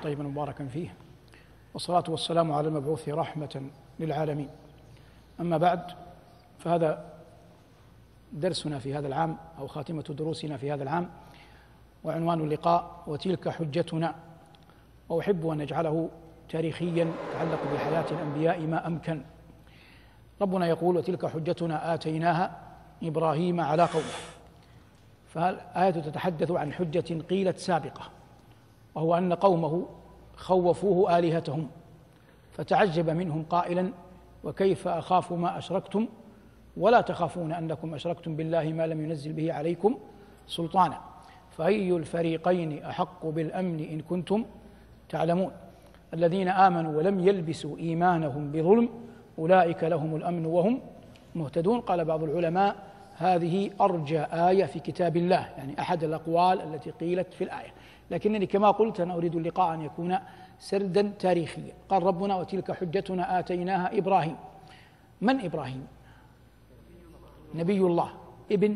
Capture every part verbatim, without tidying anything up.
طيبا مباركا فيه، والصلاة والسلام على المبعوث رحمة للعالمين. أما بعد، فهذا درسنا في هذا العام أو خاتمة دروسنا في هذا العام، وعنوان اللقاء وتلك حجتنا، وأحب أن نجعله تاريخيا يتعلق بحياة الأنبياء ما أمكن. ربنا يقول: وتلك حجتنا آتيناها إبراهيم على قومه. فالآية تتحدث عن حجة قيلت سابقة، وهو أن قومه خوفوه آلهتهم، فتعجب منهم قائلا: وكيف أخاف ما أشركتم ولا تخافون أنكم أشركتم بالله ما لم ينزل به عليكم سلطانا، فأي الفريقين أحق بالأمن إن كنتم تعلمون، الذين آمنوا ولم يلبسوا إيمانهم بظلم أولئك لهم الأمن وهم مهتدون. قال بعض العلماء: هذه أرجى آية في كتاب الله، يعني أحد الأقوال التي قيلت في الآية، لكنني كما قلت أنا أريد اللقاء أن يكون سردا تاريخيا. قال ربنا: وتلك حجتنا آتيناها إبراهيم. من إبراهيم؟ نبي الله، ابن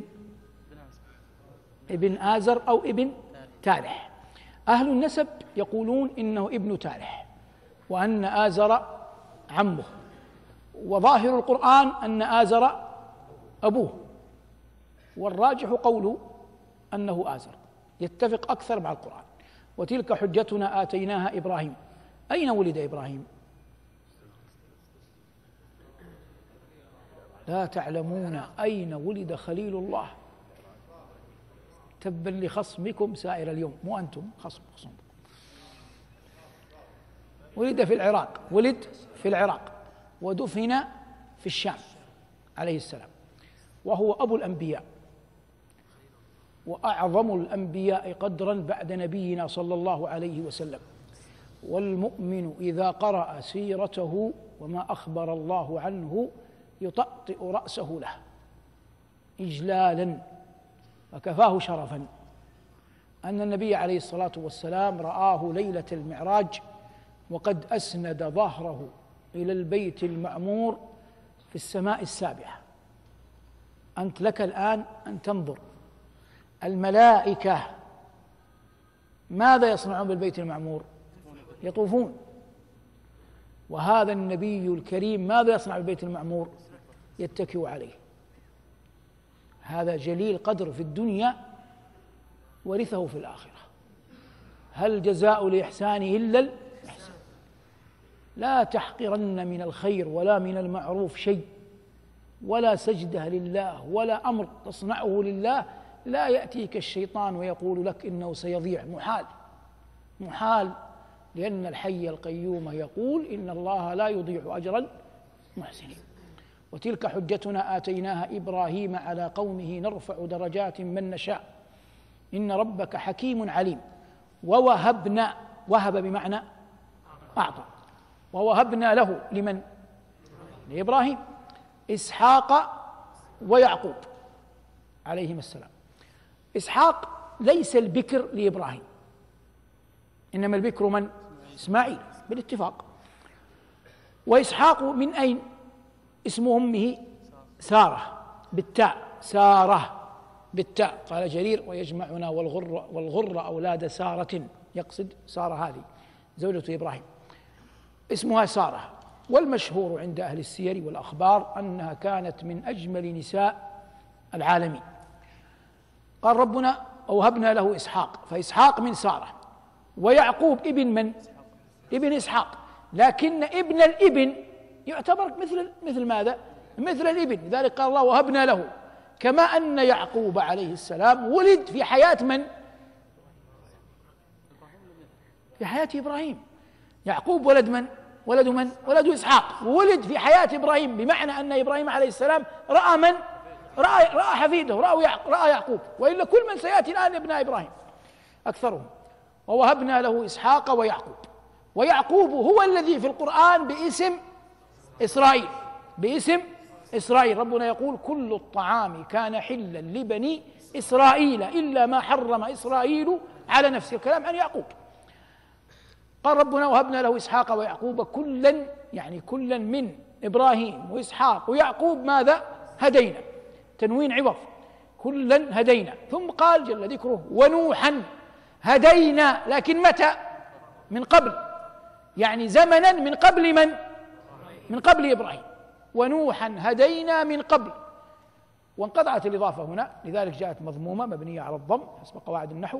ابن آزر أو ابن تالح. أهل النسب يقولون إنه ابن تالح، وأن آزر عمه، وظاهر القرآن أن آزر أبوه، والراجح قوله أنه آزر، يتفق أكثر مع القرآن. وتلك حجتنا آتيناها إبراهيم. أين ولد إبراهيم؟ لا تعلمون أين ولد خليل الله. تبا لخصمكم سائر اليوم، مو أنتم، خصم خصم. ولد في العراق، ولد في العراق ودفن في الشام عليه السلام، وهو أبو الأنبياء وأعظم الأنبياء قدرا بعد نبينا صلى الله عليه وسلم. والمؤمن إذا قرأ سيرته وما أخبر الله عنه يطأطئ رأسه له إجلالا، وكفاه شرفا أن النبي عليه الصلاة والسلام رآه ليلة المعراج وقد أسند ظهره إلى البيت المعمور في السماء السابعة. أنت لك الآن أن تنظر الملائكة ماذا يصنعون بالبيت المعمور؟ يطوفون. وهذا النبي الكريم ماذا يصنع بالبيت المعمور؟ يتكئ عليه. هذا جليل قدر في الدنيا ورثه في الآخرة. هل جزاء الإحسان إلا الإحسان؟ لا تحقرن من الخير ولا من المعروف شيء، ولا سجدة لله ولا أمر تصنعه لله لا يأتيك الشيطان ويقول لك إنه سيضيع. محال محال، لأن الحي القيوم يقول: إن الله لا يضيع أجر المحسنين. وتلك حجتنا آتيناها إبراهيم على قومه نرفع درجات من نشاء إن ربك حكيم عليم. ووهبنا، وهب بمعنى أعطى، ووهبنا له لمن؟ لإبراهيم إسحاق ويعقوب عليهما السلام. إسحاق ليس البكر لإبراهيم، إنما البكر من؟ إسماعيل بالاتفاق. وإسحاق من أين؟ اسم أمه سارة بالتاء، سارة بالتاء. قال جرير: ويجمعنا والغر والغر أولاد سارة، يقصد سارة هذه زوجة إبراهيم، اسمها سارة. والمشهور عند أهل السير والأخبار أنها كانت من أجمل نساء العالمين. قال ربنا: ووهبنا له إسحاق، فإسحاق من سارة. ويعقوب ابن من؟ ابن إسحاق، لكن ابن الابن يعتبر مثل مثل ماذا؟ مثل الابن. لذلك قال الله: وهبنا له. كما أن يعقوب عليه السلام ولد في حياة من؟ في حياة إبراهيم. يعقوب ولد من؟ ولد من؟ ولد إسحاق، ولد في حياة إبراهيم، بمعنى أن إبراهيم عليه السلام رأى من؟ رأى, رأى حفيده، رأى, رأى يعقوب، وإلا كل من سيأتي الآن ابناء إبراهيم أكثرهم. ووهبنا له إسحاق ويعقوب. ويعقوب هو الذي في القرآن باسم إسرائيل، باسم إسرائيل. ربنا يقول: كل الطعام كان حلا لبني إسرائيل إلا ما حرم إسرائيل على نفسه. الكلام عن يعقوب. قال ربنا: وهبنا له إسحاق ويعقوب كلا، يعني كلا من إبراهيم وإسحاق ويعقوب ماذا؟ هدينا، تنوين عوض، كلا هدينا. ثم قال جل ذكره: ونوحا هدينا، لكن متى؟ من قبل، يعني زمنا من قبل من؟ من قبل إبراهيم. ونوحا هدينا من قبل، وانقطعت الإضافة هنا لذلك جاءت مضمومة مبنية على الضم حسب قواعد النحو.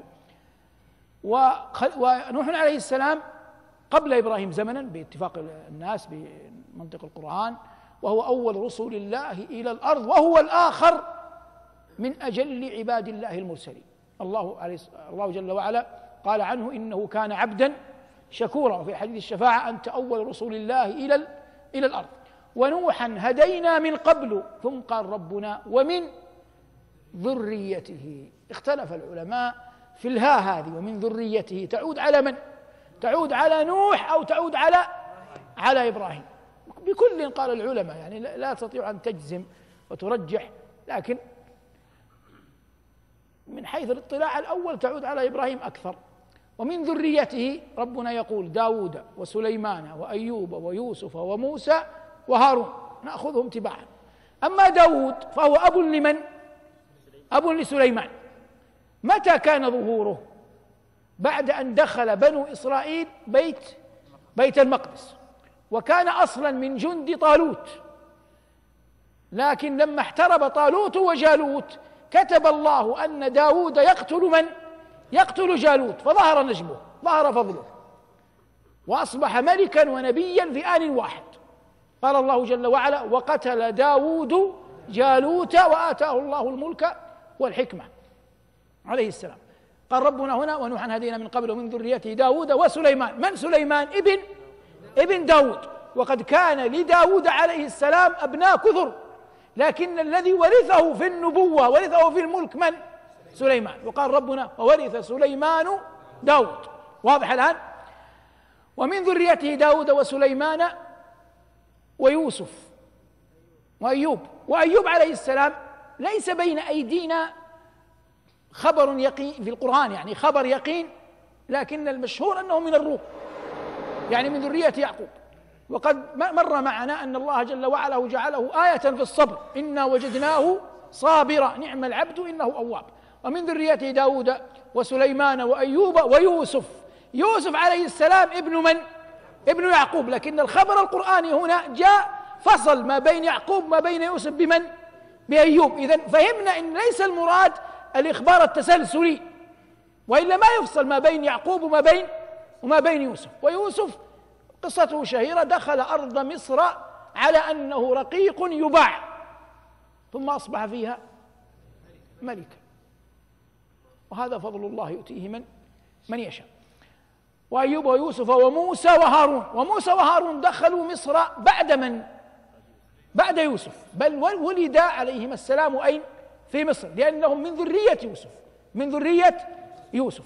ونوح عليه السلام قبل إبراهيم زمنا باتفاق الناس بمنطق القرآن، وهو أول رسل الله إلى الأرض، وهو الآخر من أجل عباد الله المرسلين. الله عليه الله جل وعلا قال عنه إنه كان عبدا شكورا، وفي حديث الشفاعة أنت أول رسل الله إلى إلى الأرض. ونوحا هدينا من قبل، ثم قال ربنا ومن ذريته. اختلف العلماء في الها هذه ومن ذريته تعود على من؟ تعود على نوح أو تعود على على إبراهيم؟ بكل قال العلماء، يعني لا تستطيع أن تجزم وترجح، لكن من حيث الاطلاع الأول تعود على إبراهيم أكثر. ومن ذريته ربنا يقول داود وسليمان وأيوب ويوسف وموسى وهارون، نأخذهم تباعا. أما داود فهو أب لمن؟ أب لسليمان. متى كان ظهوره؟ بعد أن دخل بنو إسرائيل بيت بيت المقدس، وكان أصلا من جند طالوت، لكن لما احترب طالوت وجالوت كتب الله أن داود يقتل من؟ يقتل جالوت، فظهر نجمه، ظهر فضله، وأصبح ملكا ونبيا في آن واحد. قال الله جل وعلا وقتل داود جالوت وآتاه الله الملك والحكمة عليه السلام. قال ربنا هنا ونوحا هدينا من قبل ومن ذريته داود وسليمان. من سليمان؟ ابن ابن داود، وقد كان لداود عليه السلام أبناء كثر، لكن الذي ورثه في النبوة ورثه في الملك من؟ سليمان. وقال ربنا وورث سليمان داود. واضح الآن؟ ومن ذريته داود وسليمان ويوسف وأيوب. وأيوب عليه السلام ليس بين أيدينا خبر يقين في القرآن، يعني خبر يقين، لكن المشهور أنه من الروم، يعني من ذرية يعقوب. وقد مر معنا أن الله جل وعلا جعله آية في الصبر، إنا وجدناه صابرا نعم العبد إنه أواب. ومن ذريته داود وسليمان وأيوب ويوسف. يوسف عليه السلام ابن من؟ ابن يعقوب، لكن الخبر القرآني هنا جاء فصل ما بين يعقوب ما بين يوسف بمن؟ بأيوب. إذن فهمنا أن ليس المراد الإخبار التسلسلي، وإلا ما يفصل ما بين يعقوب وما بين وما بين يوسف. ويوسف قصته شهيرة، دخل أرض مصر على أنه رقيق يباع، ثم أصبح فيها ملكا، وهذا فضل الله يؤتيه من من يشاء. وأيوب ويوسف وموسى وهارون. وموسى وهارون دخلوا مصر بعد من؟ بعد يوسف، بل ولد عليهما السلام أين؟ في مصر، لأنهم من ذرية يوسف، من ذرية يوسف.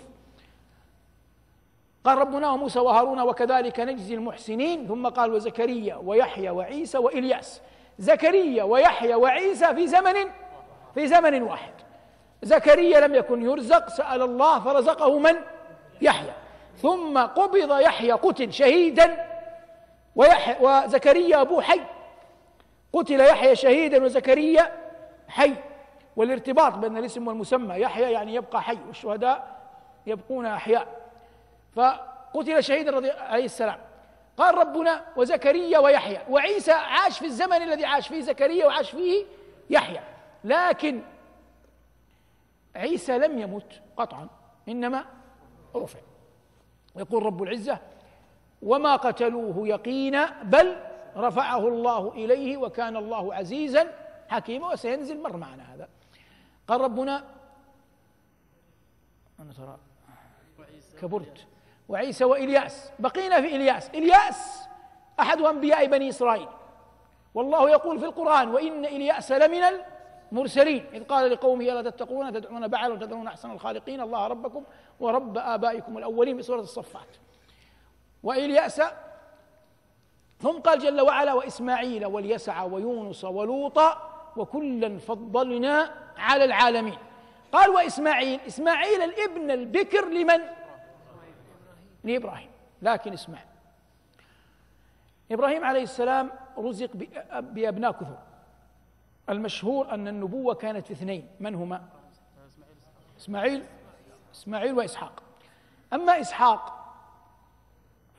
قال ربنا وموسى وهارون وكذلك نجزي المحسنين. ثم قال وزكريا ويحيى وعيسى وإلياس. زكريا ويحيى وعيسى في زمن في زمن واحد. زكريا لم يكن يرزق، سأل الله فرزقه من؟ يحيى. ثم قبض يحيى، قتل شهيدا، ويحيى وزكريا أبوه حي. قتل يحيى شهيدا وزكريا حي، والارتباط بين الاسم والمسمى، يحيى يعني يبقى حي والشهداء يبقون أحياء، فقتل شهيدا رضي عليه السلام. قال ربنا وزكريا ويحيى. وعيسى عاش في الزمن الذي عاش فيه زكريا وعاش فيه يحيى، لكن عيسى لم يمت قطعا، إنما رفع. يقول رب العزة وما قتلوه يقينا بل رفعه الله إليه وكان الله عزيزا حكيما. وسينزل مر معنا هذا. قال ربنا أنا ترى كبرت. وعيسى وإلياس. بقينا في إلياس. إلياس أحد أنبياء بني إسرائيل، والله يقول في القرآن وإن إلياس لمن المرسلين إذ قال لقومه ألا تتقون تدعون بعلا وتذرون أحسن الخالقين الله ربكم ورب آبائكم الأولين بسورة الصفات. وإلياس. ثم قال جل وعلا وإسماعيل واليسع ويونس ولوطا وكلا فضلنا على العالمين. قال وإسماعيل. إسماعيل الابن البكر لمن؟ لإبراهيم. لكن اسمع، إبراهيم عليه السلام رزق بأبناء كثر. المشهور أن النبوة كانت في اثنين، من هما؟ إسماعيل إسماعيل وإسحاق. أما إسحاق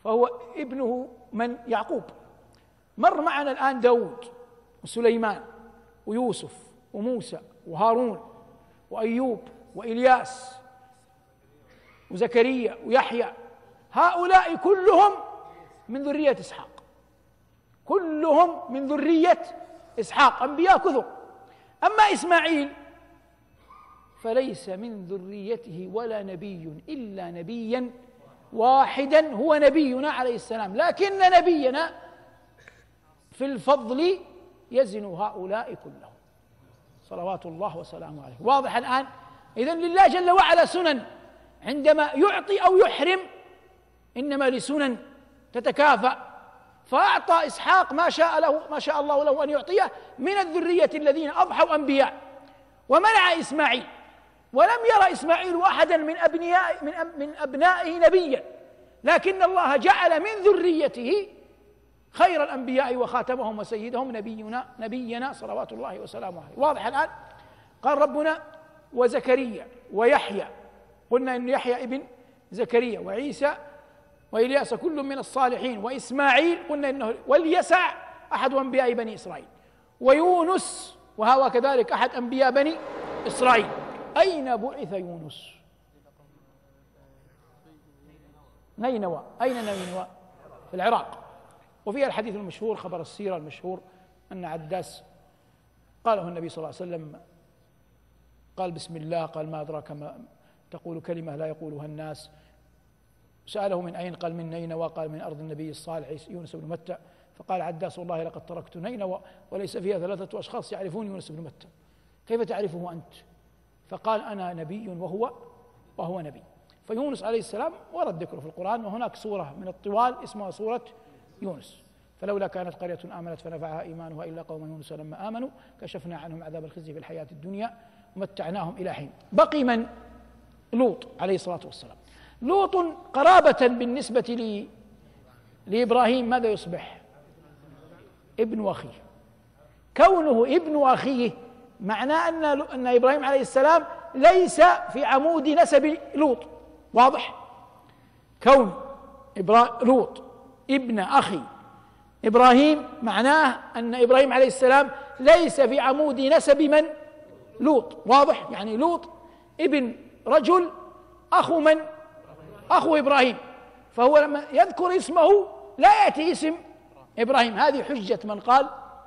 فهو ابنه من؟ يعقوب. مر معنا الآن داود وسليمان ويوسف وموسى وهارون وأيوب وإلياس وزكريا ويحيى، هؤلاء كلهم من ذرية إسحاق، كلهم من ذرية إسحاق، أنبياء كثر. أما إسماعيل فليس من ذريته ولا نبي إلا نبيا واحدا هو نبينا عليه السلام، لكن نبينا في الفضل يزن هؤلاء كلهم صلوات الله وسلامه عليه. واضح الآن؟ إذن لله جل وعلا سنن، عندما يعطي أو يحرم إنما لسنن تتكافأ، فأعطى إسحاق ما شاء له ما شاء الله له أن يعطيه من الذرية الذين أضحوا أنبياء، ومنع إسماعيل، ولم يرى إسماعيل أحدا من أبناء من من أبنائه نبيا، لكن الله جعل من ذريته خير الأنبياء وخاتمهم وسيدهم نبينا نبينا صلوات الله وسلامه عليه. واضح الآن؟ قال ربنا وزكريا ويحيى، قلنا إن يحيى ابن زكريا، وعيسى وإلياس كل من الصالحين، وإسماعيل قلنا إنه، واليسع أحد أنبياء بني إسرائيل، ويونس وهو كذلك أحد أنبياء بني إسرائيل. أين بعث يونس؟ نينوى. أين نينوى؟ في العراق. وفيها الحديث المشهور، خبر السيرة المشهور، أن عداس قاله النبي صلى الله عليه وسلم، قال بسم الله، قال ما أدراك ما تقول كلمة لا يقولها الناس، سأله من أين؟ قال من نينوى، قال من أرض النبي الصالح يونس بن متى، فقال عداس والله لقد تركت نينوى وليس فيها ثلاثة أشخاص يعرفون يونس بن متى، كيف تعرفه أنت؟ فقال أنا نبي وهو وهو نبي. فيونس عليه السلام ورد ذكره في القرآن، وهناك سورة من الطوال اسمها سورة يونس، فلولا كانت قرية آمنت فنفعها إيمانها إلا قوم يونس لما آمنوا كشفنا عنهم عذاب الخزي في الحياة الدنيا ومتعناهم إلى حين. بقي من؟ لوط عليه الصلاة والسلام. لوط قرابة بالنسبة لي لإبراهيم ماذا يصبح؟ ابن أخيه. كونه ابن أخيه معناه أن أن إبراهيم عليه السلام ليس في عمود نسب لوط. واضح؟ كون إبرا... لوط ابن أخي إبراهيم معناه أن إبراهيم عليه السلام ليس في عمود نسب من؟ لوط. واضح؟ يعني لوط ابن رجل أخو من؟ أخو إبراهيم، فهو لما يذكر اسمه لا يأتي اسم إبراهيم. هذه حجة من قال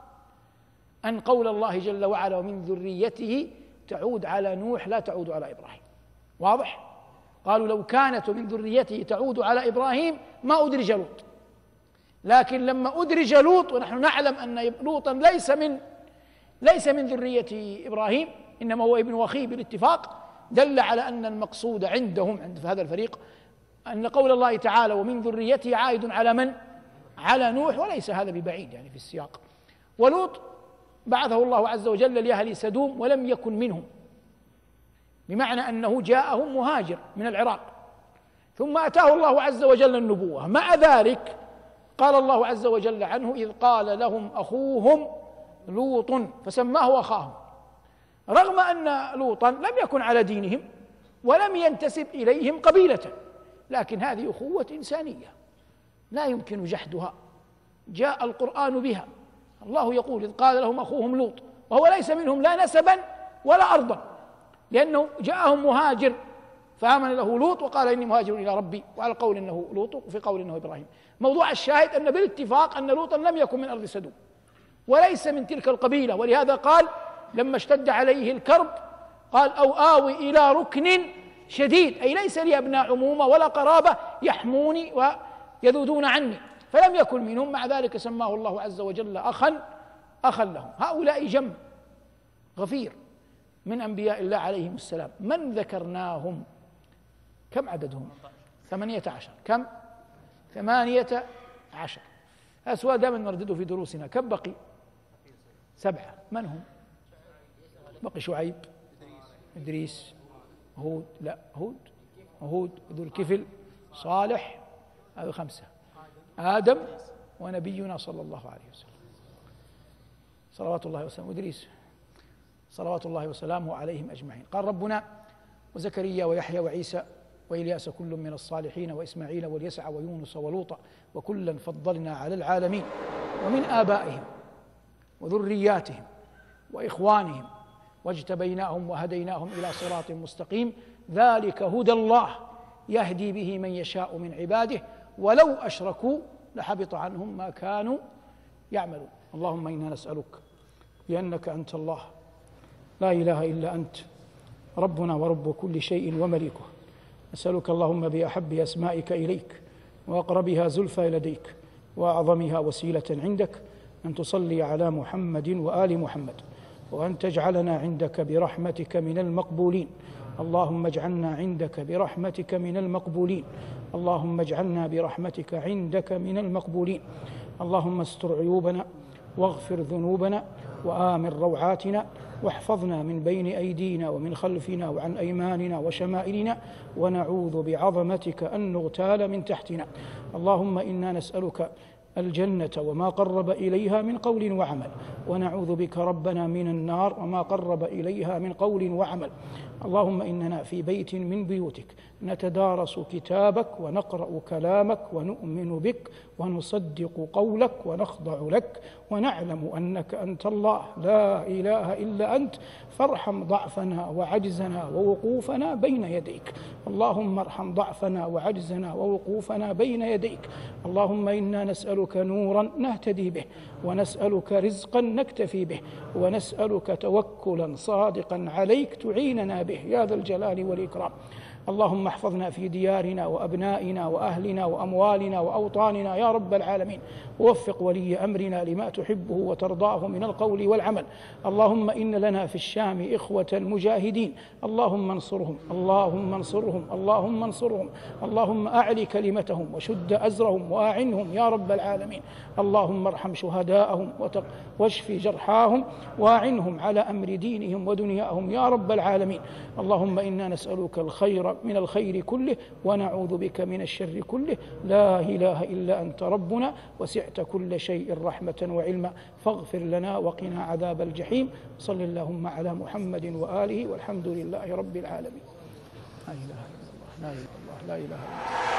أن قول الله جل وعلا ومن ذريته تعود على نوح لا تعود على إبراهيم. واضح؟ قالوا لو كانت من ذريته تعود على إبراهيم ما أدرج لوط، لكن لما أدرج لوط ونحن نعلم أن لوطا ليس من ليس من ذرية إبراهيم إنما هو ابن أخيه بالاتفاق، دل على أن المقصود عندهم عند هذا الفريق أن قول الله تعالى ومن ذريته عائد على من؟ على نوح، وليس هذا ببعيد يعني في السياق. ولوط بعثه الله عز وجل لأهل سدوم ولم يكن منهم، بمعنى أنه جاءهم مهاجر من العراق، ثم أتاه الله عز وجل النبوة. مع ذلك قال الله عز وجل عنه إذ قال لهم أخوهم لوط فسماه أخاهم، رغم أن لوطا لم يكن على دينهم ولم ينتسب إليهم قبيلة، لكن هذه أخوة إنسانية لا يمكن جحدها، جاء القرآن بها. الله يقول إذ قال لهم أخوهم لوط، وهو ليس منهم لا نسبا ولا أرضا، لأنه جاءهم مهاجر فآمن له لوط وقال إني مهاجر إلى ربي، وعلى قول إنه لوط وفي قول إنه إبراهيم. موضوع الشاهد أن بالاتفاق أن لوطا لم يكن من أرض سدوم وليس من تلك القبيلة، ولهذا قال لما اشتد عليه الكرب قال أو آوي إلى ركن شديد، أي ليس لي أبناء عمومة ولا قرابة يحموني ويذودون عني، فلم يكن منهم. مع ذلك سماه الله عز وجل أخا أخا لهم. هؤلاء جمع غفير من أنبياء الله عليهم السلام. من ذكرناهم؟ كم عددهم؟ ثمانية عشر. كم؟ ثمانية عشر. هذا السؤال دائما نردده في دروسنا. كم بقي؟ سبعة. من هم؟ بقي شعيب، إدريس، هود، لا هود هود ذو الكفل، صالح، هذا خمسة، آدم، ونبينا صلى الله عليه وسلم صلوات الله وسلامه، إدريس صلوات الله وسلامه عليهم أجمعين. قال ربنا وزكريا ويحيى وعيسى وإلياس كل من الصالحين وإسماعيل واليسع ويونس ولوطا وكلا فضلنا على العالمين، ومن آبائهم وذرياتهم وإخوانهم واجتبيناهم وهديناهم إلى صراط مستقيم، ذلك هدى الله يهدي به من يشاء من عباده ولو أشركوا لحبط عنهم ما كانوا يعملون. اللهم إنا نسألك بأنك أنت الله لا إله إلا أنت ربنا ورب كل شيء ومليكه، نسألك اللهم بأحب أسمائك إليك وأقربها زلفى لديك وأعظمها وسيلة عندك أن تصلي على محمد وآل محمد، وأن تجعلنا عندك برحمتك من المقبولين. اللهم اجعلنا عندك برحمتك من المقبولين، اللهم اجعلنا برحمتك عندك من المقبولين. اللهم استر عيوبنا واغفر ذنوبنا وآمن روعاتنا، واحفظنا من بين أيدينا ومن خلفنا وعن أيماننا وشمائلنا، ونعوذ بعظمتك أن نغتال من تحتنا. اللهم إنا نسألك الجنة وما قرب إليها من قول وعمل، ونعوذ بك ربنا من النار وما قرب إليها من قول وعمل. اللهم إننا في بيت من بيوتك نتدارس كتابك ونقرأ كلامك ونؤمن بك ونصدق قولك ونخضع لك ونعلم أنك أنت الله لا إله إلا أنت، فارحم ضعفنا وعجزنا ووقوفنا بين يديك. اللهم ارحم ضعفنا وعجزنا ووقوفنا بين يديك. اللهم إنا نسألك نورا نهتدي به، ونسألك رزقا نكتفي به، ونسألك توكلا صادقا عليك تعيننا به يا ذا الجلال والإكرام. اللهم احفظنا في ديارنا وأبنائنا وأهلنا وأموالنا وأوطاننا يا رب العالمين، ووفق ولي أمرنا لما تحبه وترضاه من القول والعمل. اللهم إن لنا في الشام إخوة مجاهدين، اللهم انصرهم اللهم انصرهم اللهم انصرهم اللهم أعل كلمتهم وشد أزرهم وأعنهم يا رب العالمين. اللهم ارحم شهداءهم واشف جرحاهم وأعنهم على أمر دينهم ودنياهم يا رب العالمين. اللهم إنا نسألك الخير من الخير كله ونعوذ بك من الشر كله، لا إله إلا أنت ربنا وسعت كل شيء رحمة وعلما، فاغفر لنا وقنا عذاب الجحيم. صل اللهم على محمد وآله والحمد لله رب العالمين. لا إله إلا الله لا إله إلا الله لا إله إلا الله.